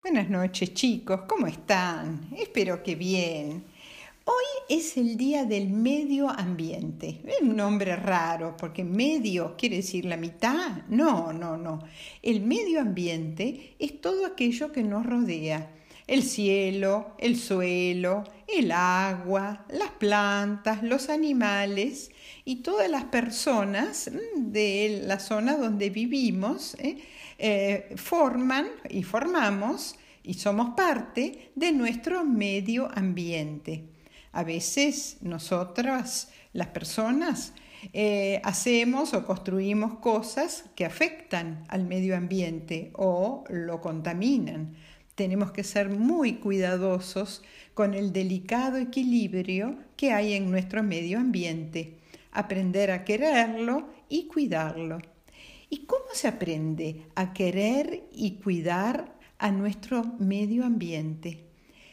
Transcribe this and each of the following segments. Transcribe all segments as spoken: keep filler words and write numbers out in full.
Buenas noches, chicos, ¿cómo están? Espero que bien. Hoy es el Día del Medio Ambiente. Es un nombre raro, porque medio quiere decir la mitad. No, no, no. El medio ambiente es todo aquello que nos rodea. El cielo, el suelo, el agua, las plantas, los animales y todas las personas de la zona donde vivimos ¿eh? Eh, forman y formamos y somos parte de nuestro medio ambiente. A veces nosotras, las personas, eh, hacemos o construimos cosas que afectan al medio ambiente o lo contaminan. Tenemos que ser muy cuidadosos con el delicado equilibrio que hay en nuestro medio ambiente, aprender a quererlo y cuidarlo. ¿Y cómo se aprende a querer y cuidar a nuestro medio ambiente?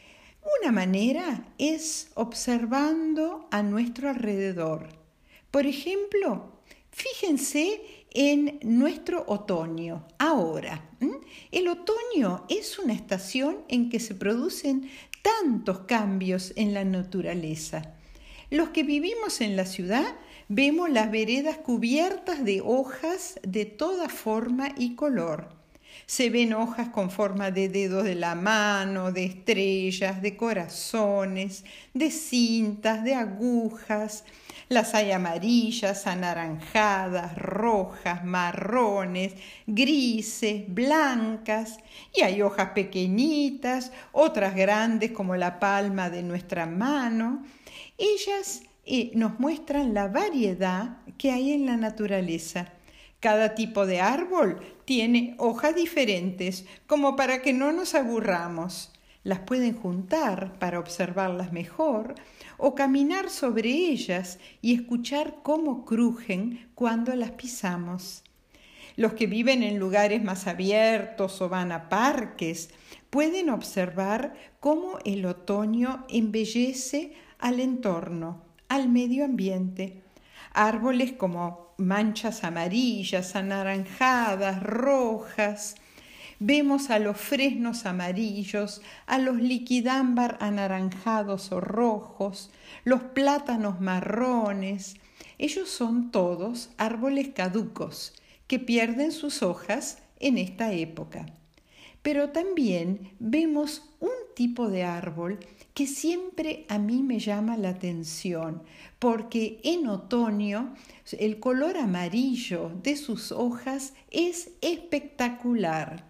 Una manera es observando a nuestro alrededor. Por ejemplo, fíjense en nuestro otoño, ahora. El otoño es una estación en que se producen tantos cambios en la naturaleza. Los que vivimos en la ciudad vemos las veredas cubiertas de hojas de toda forma y color. Se ven hojas con forma de dedos de la mano, de estrellas, de corazones, de cintas, de agujas. Las hay amarillas, anaranjadas, rojas, marrones, grises, blancas. Y hay hojas pequeñitas, otras grandes como la palma de nuestra mano. Ellas eh, nos muestran la variedad que hay en la naturaleza. Cada tipo de árbol tiene hojas diferentes, como para que no nos aburramos. Las pueden juntar para observarlas mejor o caminar sobre ellas y escuchar cómo crujen cuando las pisamos. Los que viven en lugares más abiertos o van a parques pueden observar cómo el otoño embellece al entorno, al medio ambiente. Árboles como manchas amarillas, anaranjadas, rojas. Vemos a los fresnos amarillos, a los liquidámbar anaranjados o rojos, los plátanos marrones. Ellos son todos árboles caducos que pierden sus hojas en esta época. Pero también vemos un tipo de árbol que siempre a mí me llama la atención, porque en otoño el color amarillo de sus hojas es espectacular.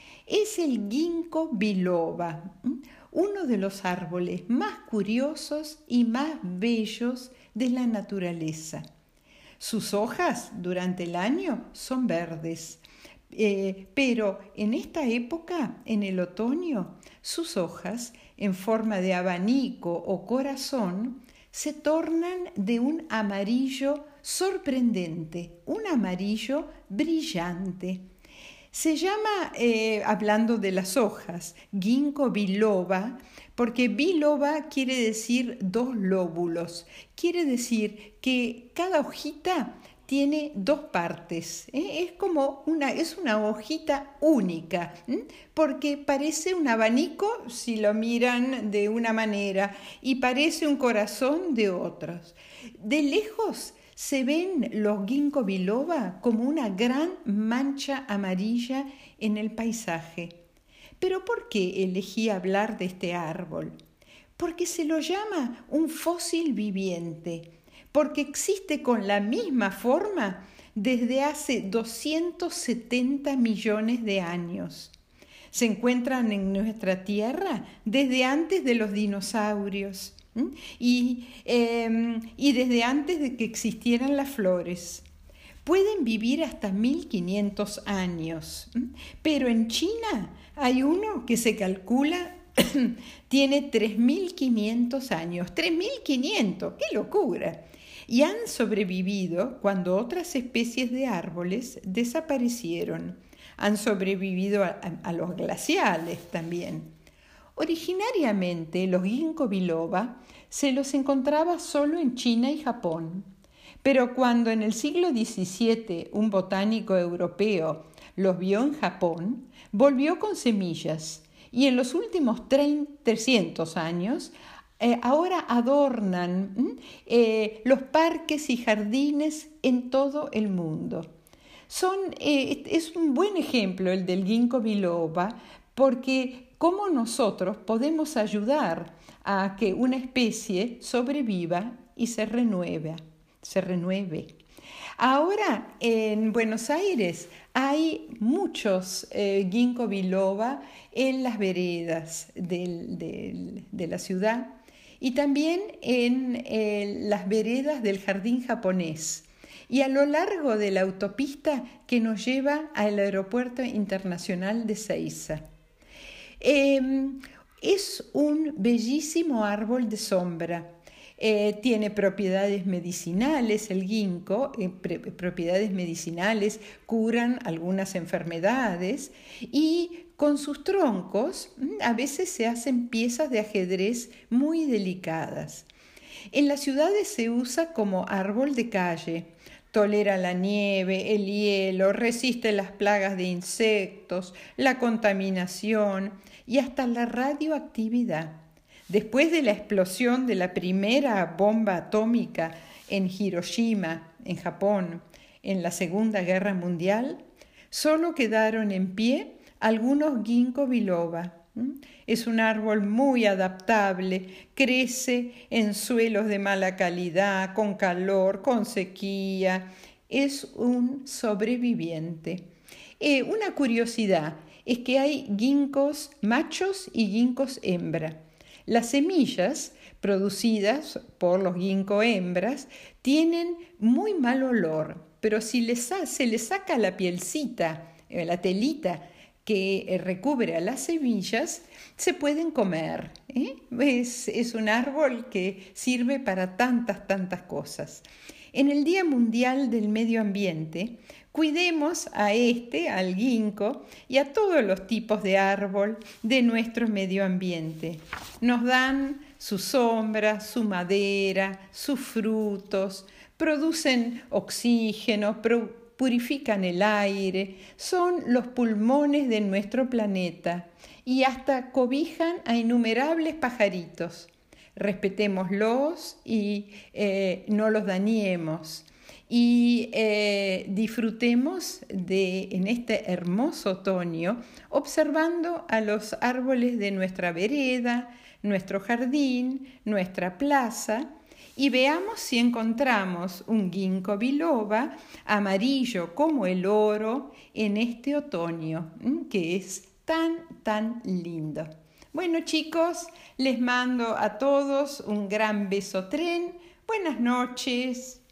Es el ginkgo biloba, uno de los árboles más curiosos y más bellos de la naturaleza. Sus hojas durante el año son verdes, eh, pero en esta época, en el otoño, sus hojas, en forma de abanico o corazón, se tornan de un amarillo sorprendente, un amarillo brillante. Se llama, eh, hablando de las hojas, ginkgo biloba, porque biloba quiere decir dos lóbulos. Quiere decir que cada hojita tiene dos partes. ¿eh? Es como una, es una hojita única, ¿eh? porque parece un abanico si lo miran de una manera y parece un corazón de otros. De lejos se ven los ginkgo biloba como una gran mancha amarilla en el paisaje. ¿Pero por qué elegí hablar de este árbol? Porque se lo llama un fósil viviente, porque existe con la misma forma desde hace doscientos setenta millones de años. Se encuentran en nuestra tierra desde antes de los dinosaurios. Y, eh, y desde antes de que existieran las flores. Pueden vivir hasta mil quinientos años, pero en China hay uno que se calcula tiene tres mil quinientos años. tres mil quinientos, ¡qué locura! Y han sobrevivido cuando otras especies de árboles desaparecieron. Han sobrevivido a, a, a los glaciales también. Originariamente los ginkgo biloba se los encontraba solo en China y Japón, pero cuando en el siglo diecisiete un botánico europeo los vio en Japón, volvió con semillas Y en los últimos trescientos años, eh, ahora adornan eh, los parques y jardines en todo el mundo. Son, eh, es un buen ejemplo el del ginkgo biloba, porque cómo nosotros podemos ayudar a que una especie sobreviva y se renueve, se renueve. Ahora en Buenos Aires hay muchos eh, ginkgo biloba en las veredas del, del, de la ciudad y también en eh, las veredas del jardín japonés y a lo largo de la autopista que nos lleva al Aeropuerto Internacional de Ezeiza. Eh, es un bellísimo árbol de sombra. Eh, tiene propiedades medicinales, el ginkgo, eh, pre- propiedades medicinales, curan algunas enfermedades y con sus troncos a veces se hacen piezas de ajedrez muy delicadas. En las ciudades se usa como árbol de calle. Tolera la nieve, el hielo, resiste las plagas de insectos, la contaminación y hasta la radioactividad. Después de la explosión de la primera bomba atómica en Hiroshima, en Japón, en la Segunda Guerra Mundial, solo quedaron en pie algunos ginkgo biloba. Es un árbol muy adaptable, crece en suelos de mala calidad, con calor, con sequía. Es un sobreviviente. Eh, una curiosidad es que hay ginkgos machos y ginkgos hembra. Las semillas producidas por los ginkgo hembras tienen muy mal olor, pero si les, se les saca la pielcita, la telita que recubre a las semillas, se pueden comer. ¿eh? Es, es un árbol que sirve para tantas, tantas cosas. En el Día Mundial del Medio Ambiente, cuidemos a este, al ginkgo, y a todos los tipos de árbol de nuestro medio ambiente. Nos dan su sombra, su madera, sus frutos, producen oxígeno, pro- purifican el aire, son los pulmones de nuestro planeta y hasta cobijan a innumerables pajaritos. Respetémoslos y eh, no los dañemos. Y eh, disfrutemos de, en este hermoso otoño, observando a los árboles de nuestra vereda, nuestro jardín, nuestra plaza, y veamos si encontramos un ginkgo biloba amarillo como el oro en este otoño, que es tan, tan lindo. Bueno, chicos, les mando a todos un gran beso tren. Buenas noches.